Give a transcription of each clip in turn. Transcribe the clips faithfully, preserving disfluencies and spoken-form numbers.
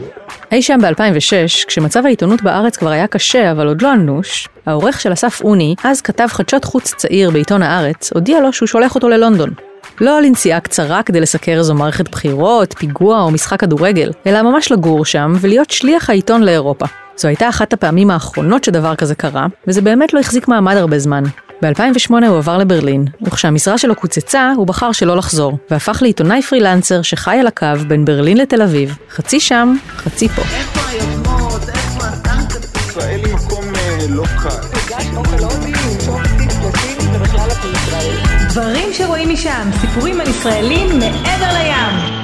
אי שם ב-אלפיים ושש, כשמצב העיתונות בארץ כבר היה קשה, אבל עוד לא אנוש, העורך של אסף אוני, אז כתב חדשות חוץ צעיר בעיתון הארץ, הודיע לו שהוא שולח אותו ללונדון. לא לנסיעה קצרה כדי לסקר איזו מערכת בחירות, פיגוע או משחק כדורגל, אלא ממש לגור שם ולהיות שליח העיתון לאירופה. זו הייתה אחת הפעמים האחרונות שדבר כזה קרה, וזה באמת לא החזיק מעמד הרבה זמן. ב-אלפיים ושמונה הוא עבר לברלין, וכשהמשרה שלו קוצצה, הוא בחר שלא לחזור, והפך לעיתונאי פרילנסר שחי על הקו בין ברלין לתל אביב, חצי שם, חצי פה. איפה היוזמות? איפה הטנק? ישראל היא מקום לא קל. פגש אוכל הודי, שופטים, פלטים ובכלל הפלישראל. דברים שרואים משם, סיפורים על ישראלים מעבר לים.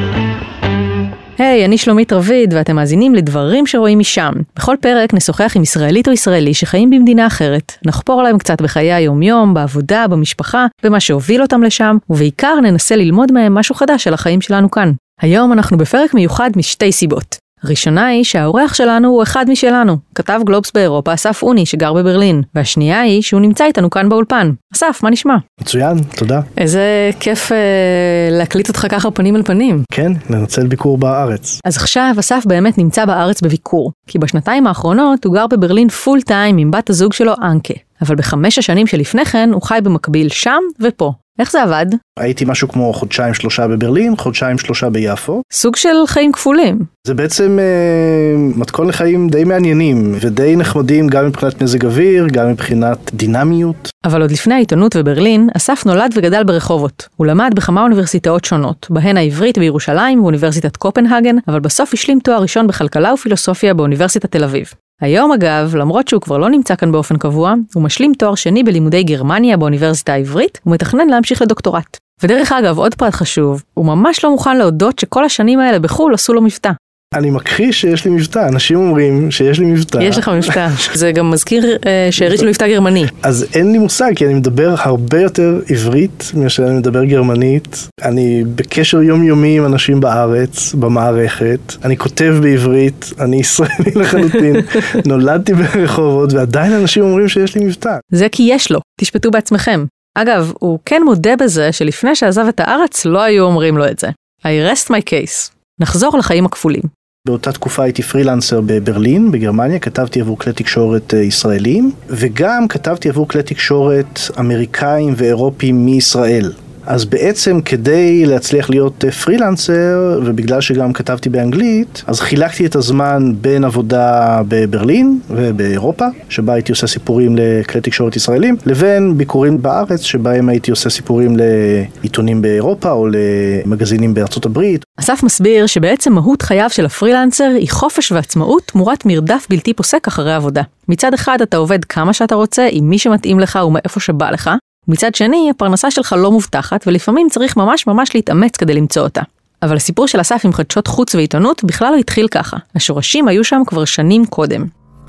היי, hey, אני שלומית רביד, ואתם מאזינים לדברים שרואים משם. בכל פרק נשוחח עם ישראלית או ישראלי שחיים במדינה אחרת. נחפור להם קצת בחיי היום-יום, בעבודה, במשפחה, במה שהוביל אותם לשם, ובעיקר ננסה ללמוד מהם משהו חדש על החיים שלנו כאן. היום אנחנו בפרק מיוחד משתי סיבות. הראשונה היא שהאורח שלנו הוא אחד משלנו, כתב גלובס באירופה אסף אוני שגר בברלין, והשנייה היא שהוא נמצא איתנו כאן באולפן. אסף, מה נשמע? מצוין, תודה. איזה כיף אה, להקליט אותך ככה פנים אל פנים. כן, לנצל ביקור בארץ. אז עכשיו אסף באמת נמצא בארץ בביקור, כי בשנתיים האחרונות הוא גר בברלין פול טיים עם בת הזוג שלו אנקה, אבל בחמש השנים שלפני כן הוא חי במקביל שם ופה. איך זה עבד? הייתי משהו כמו חודשיים שלושה בברלין, חודשיים שלושה ביפו. סוג של חיים כפולים. זה בעצם אה, מתכון לחיים די מעניינים, ודי נחמדים גם מבחינת מזג אוויר, גם מבחינת דינמיות. אבל עוד לפני העיתונות בברלין, אסף נולד וגדל ברחובות. הוא למד בכמה אוניברסיטאות שונות, בהן העברית בירושלים ואוניברסיטת קופנהגן, אבל בסוף השלים תואר ראשון בכלכלה ופילוסופיה באוניברסיטת תל אביב. היום אגב, למרות שהוא כבר לא נמצא כאן באופן קבוע, הוא משלים תואר שני בלימודי גרמניה באוניברסיטה העברית, ומתכנן להמשיך לדוקטורט. ודרך אגב, עוד פרט חשוב, הוא ממש לא מוכן להודות שכל השנים האלה בחול עשו לו מבטא. אני מכחיש שיש לי מבטא, אנשים אומרים שיש לי מבטא. יש לך מבטא, זה גם מזכיר אה, שארית של מבטא גרמני. אז אין לי מושג, כי אני מדבר הרבה יותר עברית מאשר אני מדבר גרמנית. אני בקשר יומיומי עם אנשים בארץ, במערכת. אני כותב בעברית, אני ישראלי לחלוטין. נולדתי ברחובות, ועדיין אנשים אומרים שיש לי מבטא. זה כי יש לו, תשפטו בעצמכם. אגב, הוא כן מודה בזה שלפני שעזב את הארץ לא היו אומרים לו את זה. I rest my case. נחזור לחיים הכפולים. באותה תקופה הייתי פרילנסר בברלין, בגרמניה, כתבתי עבור כלי תקשורת ישראלים, וגם כתבתי עבור כלי תקשורת אמריקאים ואירופיים מישראל. אז בעצם כדי להצליח להיות פרילנסר, ובגלל שגם כתבתי באנגלית, אז חילקתי את הזמן בין עבודה בברלין ובאירופה, שבה הייתי עושה סיפורים לכלי תקשורת ישראלים, לבין ביקורים בארץ, שבהם הייתי עושה סיפורים לעיתונים באירופה או למגזינים בארצות הברית. אסף מסביר שבעצם מהות חייו של הפרילנסר היא חופש ועצמאות תמורת מרדף בלתי פוסק אחרי עבודה. מצד אחד אתה עובד כמה שאתה רוצה, עם מי שמתאים לך ומאיפה שבא לך, מצד שני, הפרנסה שלך לא מובטחת, ולפעמים צריך ממש ממש להתאמץ כדי למצוא אותה. אבל הסיפור של אסף עם חדשות חוץ ועיתונות בכלל לא התחיל ככה. השורשים היו שם כבר שנים קודם.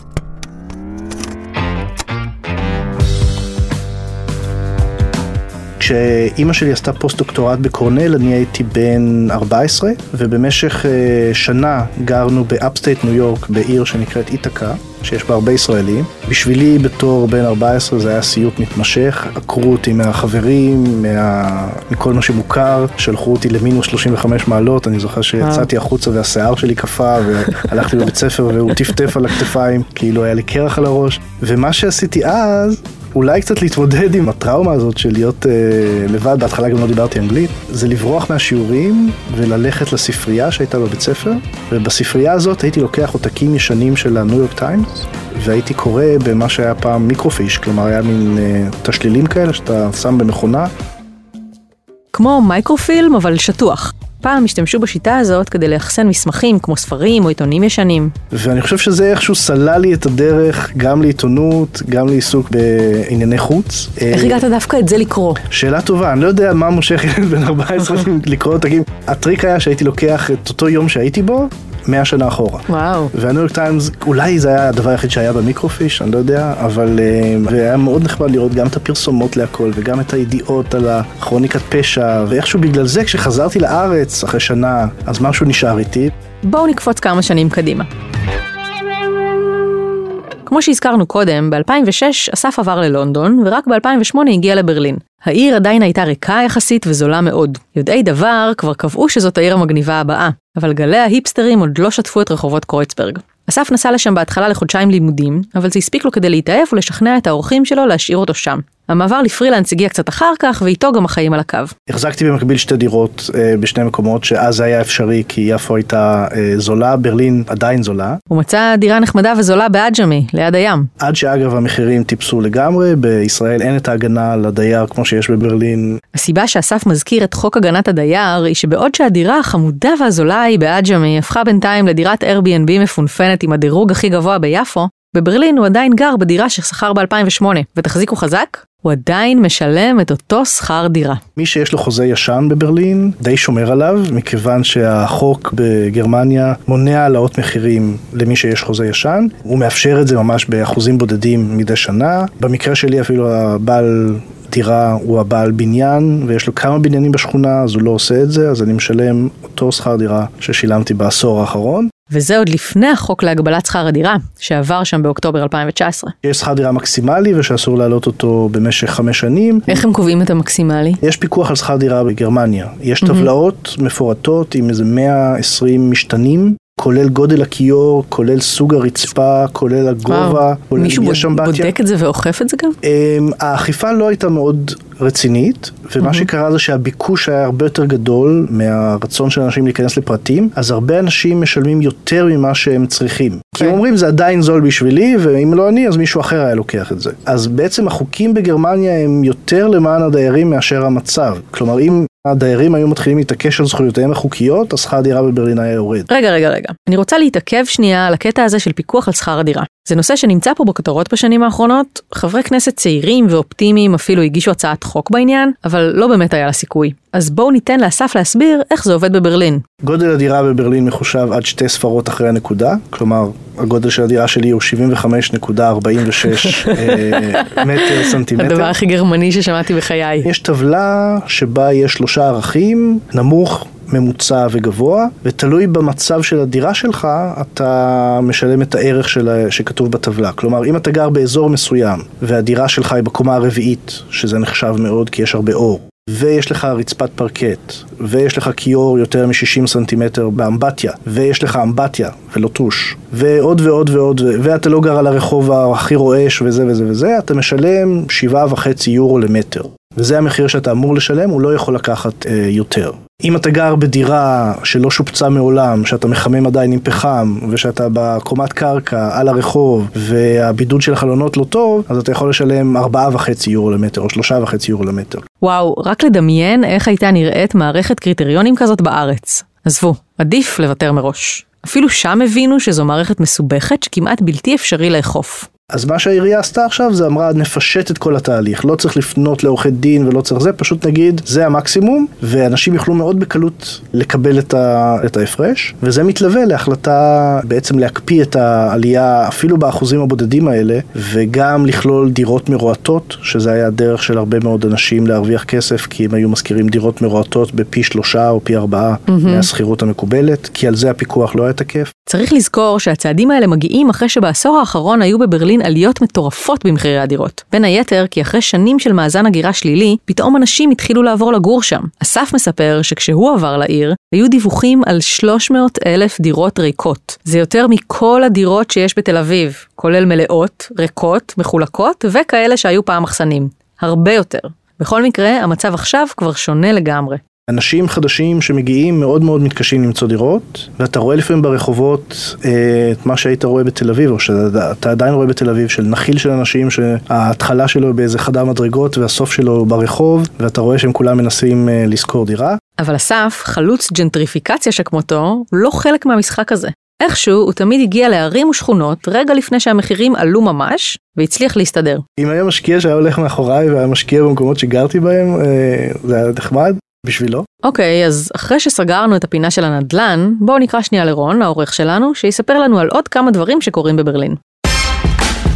כשאימא שלי עשתה פוסט-דוקטורט בקורנל, אני הייתי בן ארבע עשרה, ובמשך שנה גרנו באפסטייט ניו יורק, בעיר שנקראת איתקה, שיש בה הרבה ישראלים. בשבילי בתור בן ארבע עשרה זה היה סיוט מתמשך, עקרו אותי מהחברים, מה... מכל מה שמוכר, שלחו אותי למינוס שלושים וחמש מעלות, אני זוכר שיצאתי החוצה והשיער שלי קפה, והלכתי לבית ספר והוא טפטף על הכתפיים, כאילו היה לי קרח על הראש, ומה שעשיתי אז, אולי קצת להתמודד עם הטראומה הזאת של להיות אה, לבד, בהתחלה גם לא דיברתי אנגלית, זה לברוח מהשיעורים וללכת לספרייה שהייתה בבית ספר, ובספרייה הזאת הייתי לוקח עותקים ישנים של הניו יורק טיימס, והייתי קורא במה שהיה פעם מיקרופיש, כלומר היה מין אה, תשלילים כאלה שאתה שם במכונה. כמו מייקרופילם אבל שטוח. פעם השתמשו בשיטה הזאת כדי לאחסן מסמכים כמו ספרים או עיתונים ישנים. ואני חושב שזה איכשהו סלל לי את הדרך גם לעיתונות, גם לעיסוק בענייני חוץ. איך הגעת דווקא את זה לקרוא? שאלה טובה, אני לא יודע מה מושך ילד בן ארבע עשרה לקרוא אותה. הטריק היה שהייתי לוקח את אותו יום שהייתי בו, מאה שנה אחורה. וואו. והניו יורק טיימס, אולי זה היה הדבר היחיד שהיה במיקרופיש, אני לא יודע, אבל היה מאוד נחמד לראות גם את הפרסומות להכל, וגם את הידיעות על הכרוניקת פשע, ואיכשהו בגלל זה כשחזרתי לארץ אחרי שנה, אז משהו נשאר איתי. בואו נקפוץ כמה שנים קדימה. כמו שהזכרנו קודם, ב-אלפיים ושש אסף עבר ללונדון, ורק ב-אלפיים ושמונה הגיע לברלין. העיר עדיין הייתה ריקה יחסית וזולה מאוד. יודעי דבר כבר קבעו שזאת העיר המגניבה הבאה, אבל גלי ההיפסטרים עוד לא שטפו את רחובות קרויצברג. אסף נסע לשם בהתחלה לחודשיים לימודים, אבל זה הספיק לו כדי להתאהב ולשכנע את האורחים שלו להשאיר אותו שם. המעבר לפרילנס הגיע קצת אחר כך, ואיתו גם החיים על הקו. החזקתי במקביל שתי דירות אה, בשני מקומות, שאז היה אפשרי, כי יפו הייתה אה, זולה, ברלין עדיין זולה. הוא מצא דירה נחמדה וזולה באג'מי, ליד הים. עד שאגב המחירים טיפסו לגמרי, בישראל אין את ההגנה לדייר כמו שיש בברלין. הסיבה שאסף מזכיר את חוק הגנת הדייר, היא שבעוד שהדירה החמודה והזולה היא באג'מי, הפכה בינתיים לדירת Airbnb מפונפנת עם הדירוג הכי גבוה ביפו, בברלין הוא עדיין גר בדירה ששכר ב-אלפיים ושמונה, ותחזיקו חזק, הוא עדיין משלם את אותו שכר דירה. מי שיש לו חוזה ישן בברלין די שומר עליו, מכיוון שהחוק בגרמניה מונע העלאות מחירים למי שיש חוזה ישן. הוא מאפשר את זה ממש באחוזים בודדים מדי שנה. במקרה שלי אפילו הבעל דירה הוא הבעל בניין, ויש לו כמה בניינים בשכונה, אז הוא לא עושה את זה, אז אני משלם אותו שכר דירה ששילמתי בעשור האחרון. וזה עוד לפני החוק להגבלת שכר הדירה, שעבר שם באוקטובר אלפיים תשע עשרה. יש שכר דירה מקסימלי, ושאסור להעלות אותו במשך חמש שנים. איך הם קובעים את המקסימלי? יש פיקוח על שכר דירה בגרמניה. יש טבלאות מפורטות עם איזה מאה ועשרים משתנים, כולל גודל הכיור, כולל סוג הרצפה, כולל הגובה, כולל מישהו בודק את זה ואוכף את זה גם? האכיפה לא הייתה מאוד רצינית, ומה שקרה זה שהביקוש היה הרבה יותר גדול מהרצון של אנשים להיכנס לפרטים, אז הרבה אנשים משלמים יותר ממה שהם צריכים. כי הם אומרים, זה עדיין זול בשבילי, ואם לא אני, אז מישהו אחר היה לוקח את זה. אז בעצם החוקים בגרמניה הם יותר למען הדיירים מאשר המצב. כלומר, אם הדיירים היו מתחילים להתעקש על זכויותיהם החוקיות, אז שכר דירה בברלין היה יורד. רגע, רגע, רגע. אני רוצה להתעכב שנייה על הקטע הזה של פיקוח על שכר הדירה. זה נושא שנמצא פה בכותרות בשנים האחרונות. חברי כנסת צעירים ואופטימיים אפילו הגישו הצעת חוק בעניין, אבל לא באמת היה לה סיכוי. אז בואו ניתן לאסף להסביר איך זה עובד בברלין. גודל הדירה בברלין מחושב עד שתי ספרות אחרי הנקודה, כלומר, הגודל של הדירה שלי הוא שבעים וחמש נקודה ארבעים ושש מטר סנטימטר. הדבר הכי גרמני ששמעתי בחיי. יש טבלה שבה יש שלושה ערכים, נמוך, ממוצע וגבוה, ותלוי במצב של הדירה שלך, אתה משלם את הערך של, שכתוב בטבלה. כלומר, אם אתה גר באזור מסוים, והדירה שלך היא בקומה הרביעית, שזה נחשב מאוד כי יש הרבה אור, ויש לך רצפת פרקט, ויש לך כיור יותר מ-שישים סנטימטר באמבטיה, ויש לך אמבטיה ולא טוש, ועוד ועוד ועוד, ואתה לא גר על הרחוב הכי רועש וזה וזה וזה, אתה משלם שבעה וחצי יורו למטר. וזה המחיר שאתה אמור לשלם, הוא לא יכול לקחת אה, יותר. אם אתה גר בדירה שלא שופצה מעולם, שאתה מחמם עדיין עם פחם, ושאתה בקומת קרקע על הרחוב, והבידוד של החלונות לא טוב, אז אתה יכול לשלם ארבעה וחצי יורו למטר, או שלושה וחצי יורו למטר. וואו, רק לדמיין איך הייתה נראית מערכת קריטריונים כזאת בארץ. עזבו, עדיף לוותר מראש. אפילו שם הבינו שזו מערכת מסובכת שכמעט בלתי אפשרי לאכוף. אז מה שהעירייה עשתה עכשיו זה אמרה, נפשט את כל התהליך, לא צריך לפנות לעורכי דין ולא צריך זה, פשוט נגיד, זה המקסימום, ואנשים יוכלו מאוד בקלות לקבל את, ה, את ההפרש, וזה מתלווה להחלטה בעצם להקפיא את העלייה אפילו באחוזים הבודדים האלה, וגם לכלול דירות מרועטות, שזה היה הדרך של הרבה מאוד אנשים להרוויח כסף, כי הם היו מזכירים דירות מרועטות בפי שלושה או פי ארבעה mm-hmm. מהסחירות המקובלת, כי על זה הפיקוח לא היה תקף. צריך לזכור שהצעדים האלה מגיעים אחרי שבעשור האחרון היו בברלין עליות מטורפות במחירי הדירות. בין היתר, כי אחרי שנים של מאזן הגירה שלילי, פתאום אנשים התחילו לעבור לגור שם. אסף מספר שכשהוא עבר לעיר, היו דיווחים על שלוש מאות אלף דירות ריקות. זה יותר מכל הדירות שיש בתל אביב, כולל מלאות, ריקות, מחולקות, וכאלה שהיו פעם מחסנים. הרבה יותר. בכל מקרה, המצב עכשיו כבר שונה לגמרי. אנשים חדשים שמגיעים מאוד מאוד מתקשים למצוא דירות, ואתה רואה לפעמים ברחובות את מה שהיית רואה בתל אביב, או שאתה עדיין רואה בתל אביב, של נחיל של אנשים שההתחלה שלו באיזה חדר מדרגות והסוף שלו ברחוב, ואתה רואה שהם כולם מנסים לשכור דירה. אבל אסף, חלוץ ג'נטריפיקציה שכמותו, לא חלק מהמשחק הזה. איכשהו הוא תמיד הגיע לערים ושכונות רגע לפני שהמחירים עלו ממש, והצליח להסתדר. אם היה משקיע שהיה הולך מאחוריי והיה משקיע במקומות שגרתי בהם, זה היה נחמד. בשבילו. אוקיי, אז אחרי שסגרנו את הפינה של הנדל"ן, בואו נקרא שנייה לרון, העורך שלנו, שיספר לנו על עוד כמה דברים שקורים בברלין.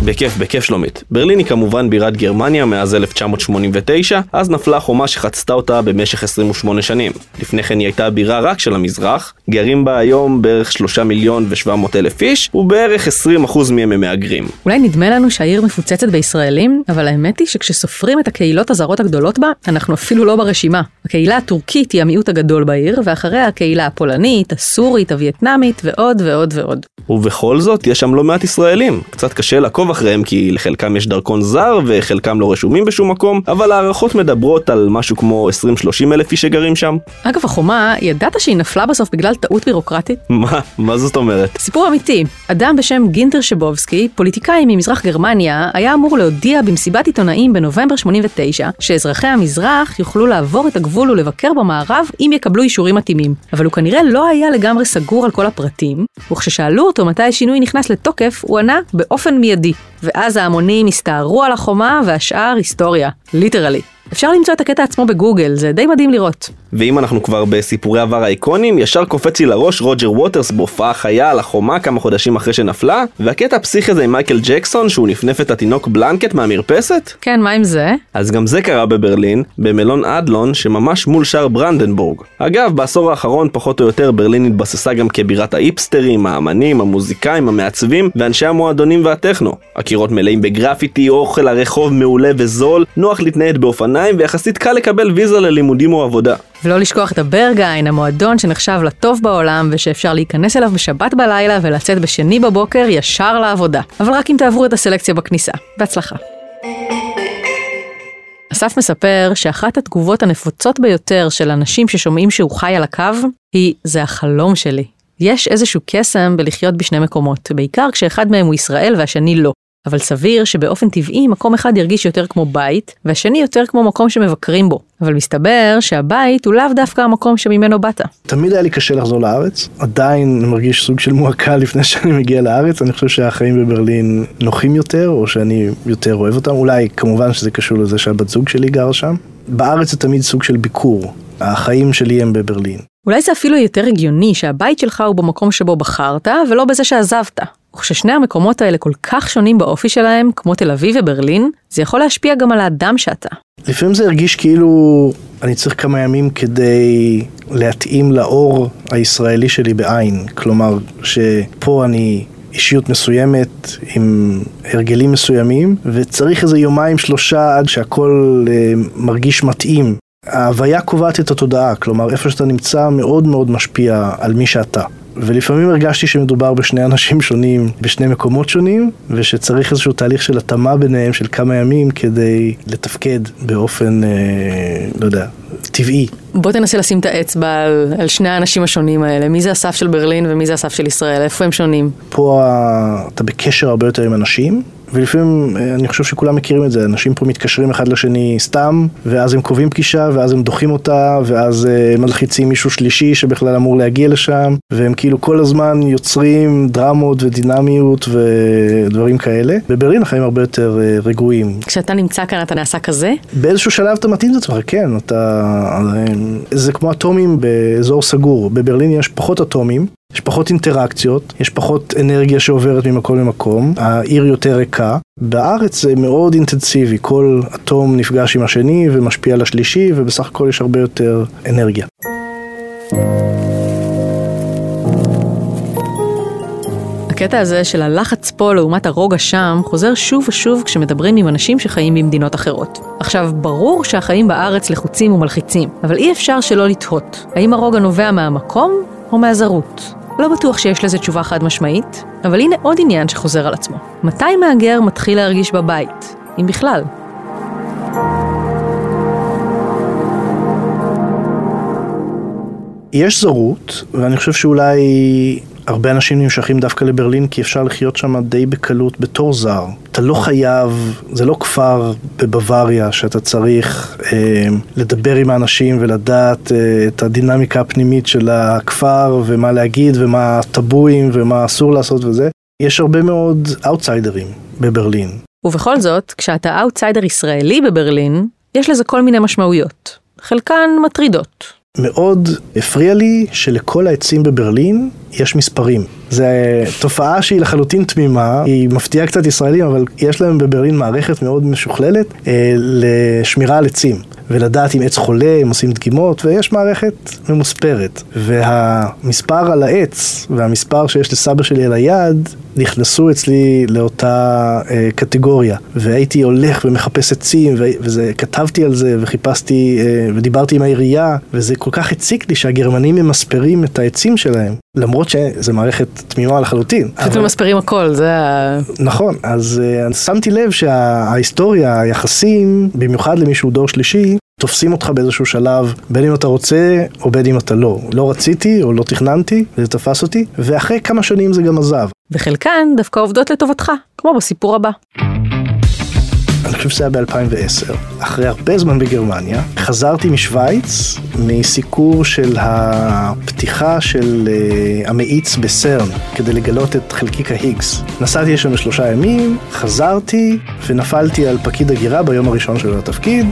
בכיף, בכיף שלומית. ברלין היא כמובן בירת גרמניה מאז אלף תשע מאות שמונים ותשע, אז נפלה חומה שחצתה אותה במשך עשרים ושמונה שנים. לפני כן היא הייתה בירה רק של המזרח, גרים בה היום בערך שלושה מיליון ושבע מאות אלף איש, ובערך עשרים אחוז מהם הם מהגרים. אולי נדמה לנו שהעיר מפוצצת בישראלים, אבל האמת היא שכשסופרים את הקהילות הזרות הגדולות בה, אנחנו אפילו לא ברשימה. הקהילה הטורקית היא המיעוט הגדול בעיר, ואחריה הקהילה הפולנית, הסורית, הווייטנמית ועוד ועוד ועוד. ובכל זאת יש שם לא מעט ישראלים. קצת קשה לעקוב אחריהם כי לחלקם יש דרכון זר וחלקם לא רשומים בשום מקום, אבל הערכות מדברות על משהו כמו עשרים שלושים אלף איש שגרים שם. אגב, החומה, ידעת שהיא נפלה בסוף בגלל טעות בירוקרטית? מה? מה זאת אומרת? סיפור אמיתי. אדם בשם גינטר שבובסקי, פוליטיקאי ממזרח גרמניה, היה אמור להודיע במסיבת עיתונאים בנובמבר שמונים ותשע שאזרחי המזרח יוכלו לעבור את הגבול ולבקר במערב אם יקבלו אישורים מתאימים. אבל הוא כנראה לא היה לגמרי סגור על כל הפרטים, וכששאלו אותו מתי השינוי נכנס לתוקף, הוא ענה באופן מיידי. ואז ההמונים הסתערו על החומה והשאר היסטוריה. ליטרלי. אפשר למצוא את הקטע עצמו בגוגל, זה די מדהים לראות. ואם אנחנו כבר בסיפורי עבר האיקונים, ישר קופץ לי לראש רוג'ר ווטרס בהופעה חיה על החומה כמה חודשים אחרי שנפלה, והקטע הפסיכי הזה עם מייקל ג'קסון שהוא נפנף את התינוק בלנקט מהמרפסת? כן, מה עם זה? אז גם זה קרה בברלין, במלון אדלון שממש מול שער ברנדנבורג. אגב, בעשור האחרון פחות או יותר ברלין התבססה גם כבירת האיפסטרים, האמנים, המוזיקאים, המעצבים ואנשי המועדונים והטכנו. הקירות מלאים בגרפיטי, אוכל הרחוב מעולה וזול, נוח להתנייד באופניים ויחסית קל לקבל ויזה ללימודים או עבודה. ולא לשכוח את הברגהיין, המועדון שנחשב לטוב בעולם ושאפשר להיכנס אליו בשבת בלילה ולצאת בשני בבוקר ישר לעבודה. אבל רק אם תעברו את הסלקציה בכניסה. בהצלחה. אסף מספר שאחת התגובות הנפוצות ביותר של אנשים ששומעים שהוא חי על הקו היא, זה החלום שלי. יש איזשהו קסם בלחיות בשני מקומות, בעיקר כשאחד מהם הוא ישראל והשני לא. אבל סביר שבאופן טבעי מקום אחד ירגיש יותר כמו בית, והשני יותר כמו מקום שמבקרים בו. אבל מסתבר שהבית הוא לאו דווקא המקום שממנו באת. תמיד היה לי קשה לחזור לארץ, עדיין אני מרגיש סוג של מועקה לפני שאני מגיע לארץ, אני חושב שהחיים בברלין נוחים יותר, או שאני יותר אוהב אותם, אולי כמובן שזה קשור לזה שהבת זוג שלי גר שם. בארץ זה תמיד סוג של ביקור, החיים שלי הם בברלין. אולי זה אפילו יותר הגיוני שהבית שלך הוא במקום שבו בחרת, ולא בזה שעזבת. וכששני המקומות האלה כל כך שונים באופי שלהם, כמו תל אביב וברלין, זה יכול להשפיע גם על האדם שאתה. לפעמים זה הרגיש כאילו אני צריך כמה ימים כדי להתאים לאור הישראלי שלי בעין. כלומר, שפה אני אישיות מסוימת עם הרגלים מסוימים, וצריך איזה יומיים שלושה עד שהכל אה, מרגיש מתאים. ההוויה קובעת את התודעה, כלומר איפה שאתה נמצא מאוד מאוד משפיע על מי שאתה. ולפעמים הרגשתי שמדובר בשני אנשים שונים, בשני מקומות שונים, ושצריך איזשהו תהליך של התאמה ביניהם של כמה ימים כדי לתפקד באופן, אה, לא יודע, טבעי. בוא תנסה לשים את האצבע על, על שני האנשים השונים האלה. מי זה אסף של ברלין ומי זה אסף של ישראל? איפה הם שונים? פה אתה בקשר הרבה יותר עם אנשים, ולפעמים אני חושב שכולם מכירים את זה, אנשים פה מתקשרים אחד לשני סתם, ואז הם קובעים פגישה, ואז הם דוחים אותה, ואז מלחיצים מישהו שלישי שבכלל אמור להגיע לשם, והם כאילו כל הזמן יוצרים דרמות ודינמיות ודברים כאלה. בברלין החיים הרבה יותר רגועים. כשאתה נמצא כאן אתה נעשה כזה? באיזשהו שלב אתה מתאים את עצמך, כן, אתה... זה כמו אטומים באזור סגור. בברלין יש פחות אטומים, יש פחות אינטראקציות, יש פחות אנרגיה שעוברת ממקום למקום, העיר יותר ריקה. בארץ זה מאוד אינטנסיבי, כל אטום נפגש עם השני ומשפיע על השלישי, ובסך הכל יש הרבה יותר אנרגיה. הקטע הזה של הלחץ פה לעומת הרוגע שם חוזר שוב ושוב כשמדברים עם אנשים שחיים במדינות אחרות. עכשיו, ברור שהחיים בארץ לחוצים ומלחיצים, אבל אי אפשר שלא לתהות. האם הרוגע נובע מהמקום או מהזרות? לא בטוח שיש לזה תשובה חד משמעית, אבל הנה עוד עניין שחוזר על עצמו. מתי מהגר מתחיל להרגיש בבית? אם בכלל. יש זרות, ואני חושב שאולי הרבה אנשים נמשכים דווקא לברלין, כי אפשר לחיות שם די בקלות בתור זר. אתה לא חייב, זה לא כפר בבווריה שאתה צריך אה, לדבר עם האנשים ולדעת אה, את הדינמיקה הפנימית של הכפר ומה להגיד ומה טבויים ומה אסור לעשות וזה. יש הרבה מאוד אאוטסיידרים בברלין. ובכל זאת, כשאתה אאוטסיידר ישראלי בברלין, יש לזה כל מיני משמעויות. חלקן מטרידות. מאוד הפריע לי שלכל העצים בברלין יש מספרים. זו תופעה שהיא לחלוטין תמימה, היא מפתיעה קצת ישראלים, אבל יש להם בברלין מערכת מאוד משוכללת אה, לשמירה על עצים. ולדעת אם עץ חולה, אם עושים דגימות, ויש מערכת ממוספרת. והמספר על העץ, והמספר שיש לסבא שלי על היד, נכנסו אצלי לאותה אה, קטגוריה. והייתי הולך ומחפש עצים, וזה, כתבתי על זה, וחיפשתי, אה, ודיברתי עם העירייה, וזה כל כך הציק לי שהגרמנים ממספרים את העצים שלהם. למרות שזו מערכת תמימה לחלוטין. פשוט ממספרים הכל, זה ה... נכון, אז uh, שמתי לב שההיסטוריה, היחסים, במיוחד למישהו דור שלישי, תופסים אותך באיזשהו שלב, בין אם אתה רוצה או בין אם אתה לא. לא רציתי או לא תכננתי, וזה תפס אותי, ואחרי כמה שנים זה גם עזב. וחלקן דווקא עובדות לטובתך, כמו בסיפור הבא. אני חושב שזה היה ב-אלפיים ועשר. אחרי הרבה זמן בגרמניה, חזרתי משוויץ מסיקור של הפתיחה של uh, המאיץ בסרן, כדי לגלות את חלקיק ההיגס. נסעתי לשם לשלושה ימים, חזרתי ונפלתי על פקיד הגירה ביום הראשון של התפקיד,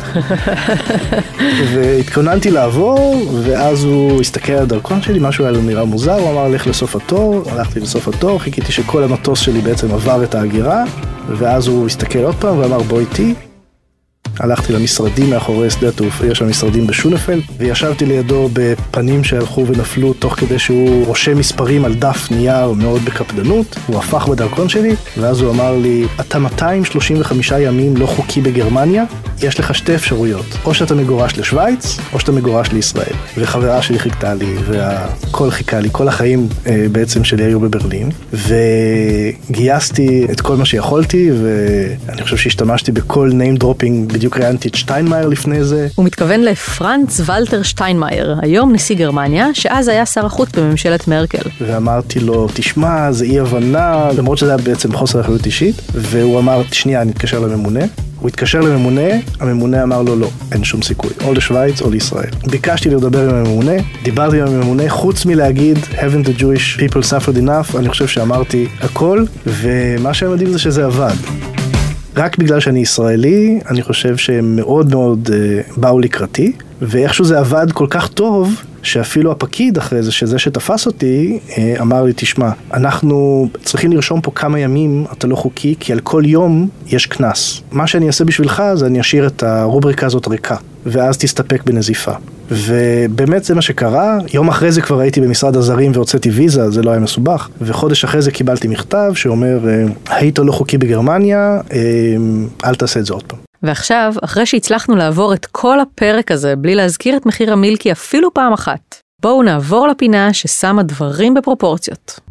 והתכוננתי לעבור, ואז הוא הסתכל על הדרכון שלי, משהו היה לו נראה מוזר, הוא אמר, לך לסוף התור, הלכתי לסוף התור, חיכיתי שכל המטוס שלי בעצם עבר את ההגירה, ואז הוא הסתכל עוד פעם ואמר, בוא איתי. הלכתי למשרדים מאחורי שדה התעופה, יש שם משרדים בשונפלד, וישבתי לידו בפנים שהלכו ונפלו תוך כדי שהוא רושם מספרים על דף נייר מאוד בקפדנות. הוא הפך בדרכון שלי, ואז הוא אמר לי, אתה מאתיים שלושים וחמישה ימים לא חוקי בגרמניה, יש לך שתי אפשרויות, או שאתה מגורש לשוויץ, או שאתה מגורש לישראל. וחברה שלי חיכתה לי, והכל חיכה לי, כל החיים אה, בעצם שלי היו בברלין, וגייסתי את כל מה שיכולתי, ואני חושב שהשתמשתי בכל name dropping, בדיוק ראיינתי את שטיינמאייר לפני זה. הוא מתכוון לפרנץ ולטר שטיינמאייר, היום נשיא גרמניה, שאז היה שר החוץ בממשלת מרקל. ואמרתי לו, תשמע, זה אי הבנה, למרות שזה היה בעצם חוסר אחריות אישית, והוא אמר, שנייה, אני אתקשר לממונה. הוא התקשר לממונה, הממונה אמר לו, לא, אין שום סיכוי, או לשוויץ או לישראל. ביקשתי לדבר עם הממונה, דיברתי עם הממונה, חוץ מלהגיד, haven't the Jewish people suffered enough, אני חושב שאמרתי הכל, ומה שהם יודעים זה שזה עבד. רק בגלל שאני ישראלי, אני חושב שהם מאוד מאוד uh, באו לקראתי, ואיכשהו זה עבד כל כך טוב, שאפילו הפקיד אחרי זה, שזה שתפס אותי, אמר לי, תשמע, אנחנו צריכים לרשום פה כמה ימים, אתה לא חוקי, כי על כל יום יש כנס. מה שאני אעשה בשבילך, זה אני אשאיר את הרובריקה הזאת ריקה, ואז תסתפק בנזיפה. ובאמת זה מה שקרה, יום אחרי זה כבר הייתי במשרד הזרים והוצאתי ויזה, זה לא היה מסובך, וחודש אחרי זה קיבלתי מכתב שאומר, היית לא חוקי בגרמניה, אל תעשה את זה עוד פעם. ועכשיו, אחרי שהצלחנו לעבור את כל הפרק הזה בלי להזכיר את מחיר המילקי אפילו פעם אחת, בואו נעבור לפינה ששמה דברים בפרופורציות.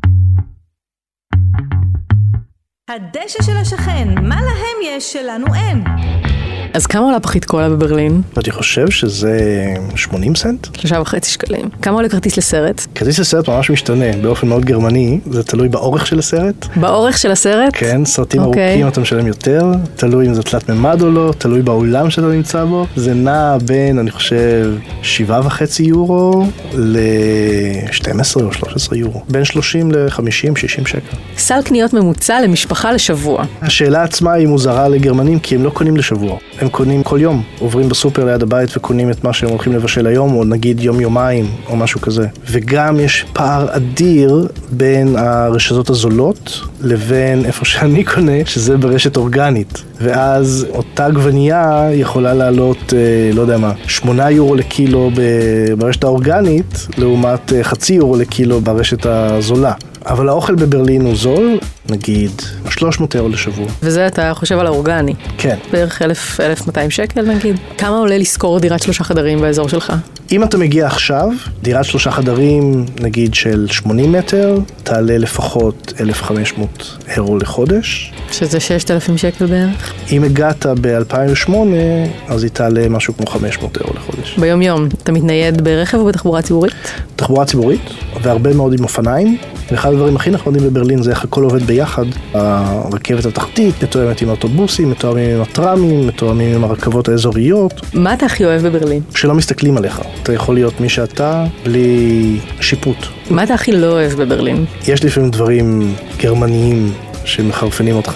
הדשא של השכן, מה להם יש שלנו אין? אז כמה עולה פחית קולה בברלין? אני חושב שזה שמונים סנט. שלושה וחצי שקלים. כמה עולה כרטיס לסרט? כרטיס לסרט ממש משתנה, באופן מאוד גרמני, זה תלוי באורך של הסרט. באורך של הסרט? כן, סרטים ארוכים אתה משלם יותר, תלוי אם זה תלת ממד או לא, תלוי באולם שאתה נמצא בו. זה נע בין, אני חושב, שבעה וחצי יורו ל-שתים עשרה או שלוש עשרה יורו. בין שלושים ל-חמישים שישים שקל. סל קניות ממוצע למשפחה לשבוע. השאלה עצמה היא מוזרה לגרמנים, כי הם לא קונים לשבוע. הם קונים כל יום, עוברים בסופר ליד הבית וקונים את מה שהם הולכים לבשל היום, או נגיד יום-יומיים, או משהו כזה. וגם יש פער אדיר בין הרשתות הזולות, לבין איפה שאני קונה, שזה ברשת אורגנית. ואז אותה גווניה יכולה לעלות, לא יודע מה, שמונה יורו לקילו ברשת האורגנית, לעומת חצי יורו לקילו ברשת הזולה. אבל האוכל בברלין הוא זול, נגיד שלוש מאות אירו לשבוע. וזה אתה חושב על האורגני? כן. בערך אלף ומאתיים שקל נגיד. כמה עולה לשכור דירת שלושה חדרים באזור שלך? אם אתה מגיע עכשיו, דירת שלושה חדרים, נגיד של שמונים מטר, תעלה לפחות אלף וחמש מאות אירו לחודש. שזה שישת אלפים שקל בערך? אם הגעת ב-אלפיים ושמונה, אז היא תעלה משהו כמו חמש מאות אירו לחודש. ביום יום, אתה מתנייד ברכב או בתחבורה ציבורית? תחבורה ציבורית, והרבה מאוד עם אופניים. ואחד הדברים הכי נחמדים בברלין זה איך הכל עובד ביחד. הרכבת התחתית מתואמת עם האוטובוסים, מתואמים עם הטרמים, מתואמים עם הרכבות האזוריות. מה אתה הכי אוהב בברלין? שלא מסתכלים עליך. אתה יכול להיות מי שאתה בלי שיפוט. מה אתה הכי לא אוהב בברלין? יש לפעמים דברים גרמניים שמחרפנים אותך.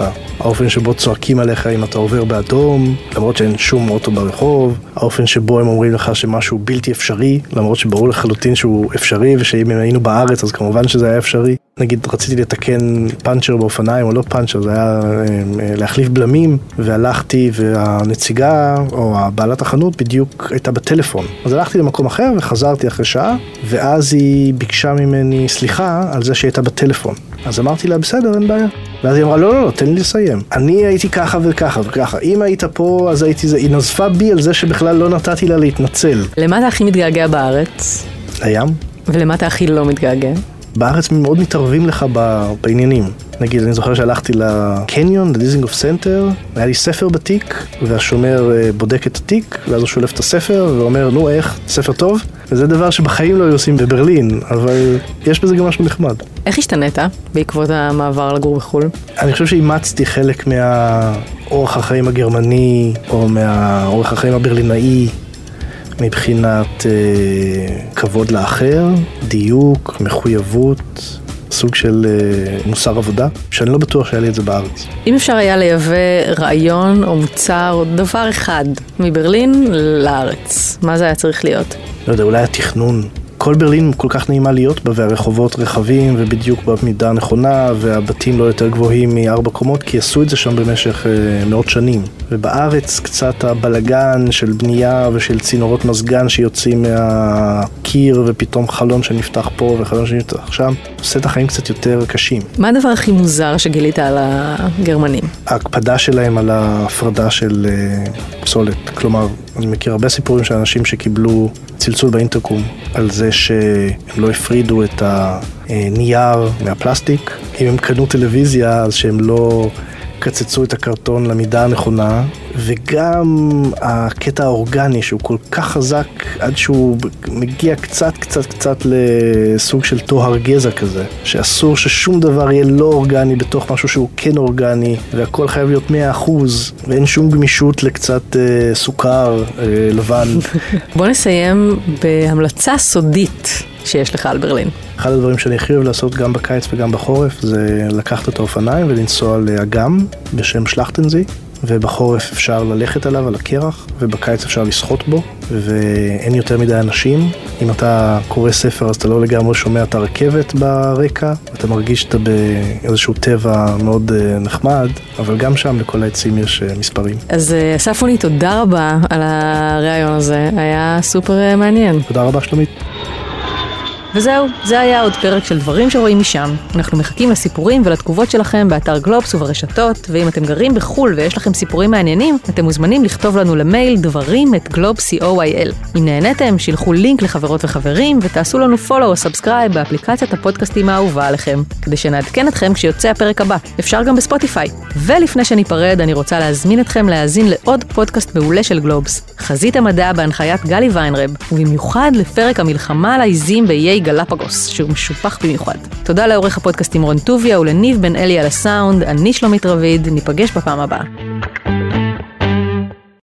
האופן שבו צועקים עליך אם אתה עובר באדום, למרות שאין שום אוטו ברחוב, האופן שבו הם אומרים לך שמשהו בלתי אפשרי, למרות שברור לחלוטין שהוא אפשרי, ושאם היינו בארץ אז כמובן שזה היה אפשרי. נגיד רציתי לתקן פאנצ'ר באופניים או לא פאנצ'ר, זה היה להחליף בלמים, והלכתי והנציגה או הבעלת החנות בדיוק הייתה בטלפון. אז הלכתי למקום אחר וחזרתי אחרי שעה, ואז היא ביקשה ממני סליחה על זה שהיא הייתה בטלפון. אז אמרתי לה, בסדר, אין בעיה. ואז היא אמרה, לא, לא, לא, תן לי לסיים. אני הייתי ככה וככה וככה. אם היית פה, אז הייתי זה. היא נזפה בי על זה שבכלל לא נתתי לה להתנצל. למה אתה הכי מתגעגע בארץ? לים. ולמה אתה הכי לא מתגעגע? בארץ מאוד מתערבים לך בעניינים. נגיד, אני זוכר שהלכתי לקניון, לדיזינגוף סנטר, והיה לי ספר בתיק, והשומר בודק את התיק, ואז הוא שולף את הספר ואומר, נו, איך? ספר טוב? וזה דבר שבחיים לא היו עושים בברלין, אבל יש בזה גם משהו נחמד. איך השתנית בעקבות המעבר לגור בחול? אני חושב שאימצתי חלק מהאורח החיים הגרמני, או מהאורח החיים הברלינאי, מבחינת אה, כבוד לאחר, דיוק, מחויבות, סוג של אה, מוסר עבודה, שאני לא בטוח שהיה לי את זה בארץ. אם אפשר היה לייבא רעיון או מוצר או דבר אחד מברלין לארץ, מה זה היה צריך להיות? לא יודע, אולי התכנון. כל ברלין כל כך נעימה להיות בה, והרחובות רחבים ובדיוק במידה הנכונה, והבתים לא יותר גבוהים מארבע קומות, כי עשו את זה שם במשך אה, מאות שנים. ובארץ קצת הבלגן של בנייה ושל צינורות מזגן שיוצאים מהקיר, ופתאום חלון שנפתח פה וחלון שנפתח שם, עושה את החיים קצת יותר קשים. מה הדבר הכי מוזר שגילית על הגרמנים? ההקפדה שלהם על ההפרדה של אה, פסולת. כלומר, אני מכיר הרבה סיפורים של אנשים שקיבלו צלצול באינטרקום על זה שהם לא הפרידו את הנייר מהפלסטיק. אם הם קנו טלוויזיה, אז שהם לא קצצו את הקרטון למידה הנכונה. וגם הקטע האורגני שהוא כל כך חזק עד שהוא מגיע קצת קצת קצת לסוג של טוהר גזע כזה, שאסור ששום דבר יהיה לא אורגני בתוך משהו שהוא כן אורגני, והכל חייב להיות מאה אחוז, ואין שום גמישות לקצת אה, סוכר אה, לבן. בוא נסיים בהמלצה סודית שיש לך על ברלין. אחד הדברים שאני הכי אוהב לעשות גם בקיץ וגם בחורף זה לקחת את האופניים ולנסוע לאגם בשם שלכטנזי, ובחורף אפשר ללכת עליו, על הקרח, ובקיץ אפשר לשחות בו, ואין יותר מדי אנשים. אם אתה קורא ספר אז אתה לא לגמרי שומע את הרכבת ברקע, אתה מרגיש שאתה באיזשהו טבע מאוד נחמד, אבל גם שם לכל העצים יש מספרים. אז אסף אוני, תודה רבה על הרעיון הזה, היה סופר מעניין. תודה רבה שלומית. וזהו, זה היה עוד פרק של דברים שרואים משם. אנחנו מחכים לסיפורים ולתגובות שלכם באתר גלובס וברשתות, ואם אתם גרים בחול ויש לכם סיפורים מעניינים, אתם מוזמנים לכתוב לנו למייל דברים את גלובס נקודה קו איי אל. אם נהניתם, שילחו לינק לחברות וחברים, ותעשו לנו פולו או סאבסקרייב באפליקציית הפודקאסטים האהובה עליכם, כדי שנעדכן אתכם כשיוצא הפרק הבא. אפשר גם בספוטיפיי. ולפני שניפרד, אני רוצה להזמין אתכם להאזין לעוד פודקאסט מעולה של גלובס, חזית המדע בהנחיית גלי ויינרב, ובמיוחד לפרק המלחמה על העיזים באיי גלפגוס, שהוא משופח במיוחד. תודה לעורך הפודקאסטים רון טוביה ולניב בן אלי על הסאונד, אני שלומית רביד, ניפגש בפעם הבאה.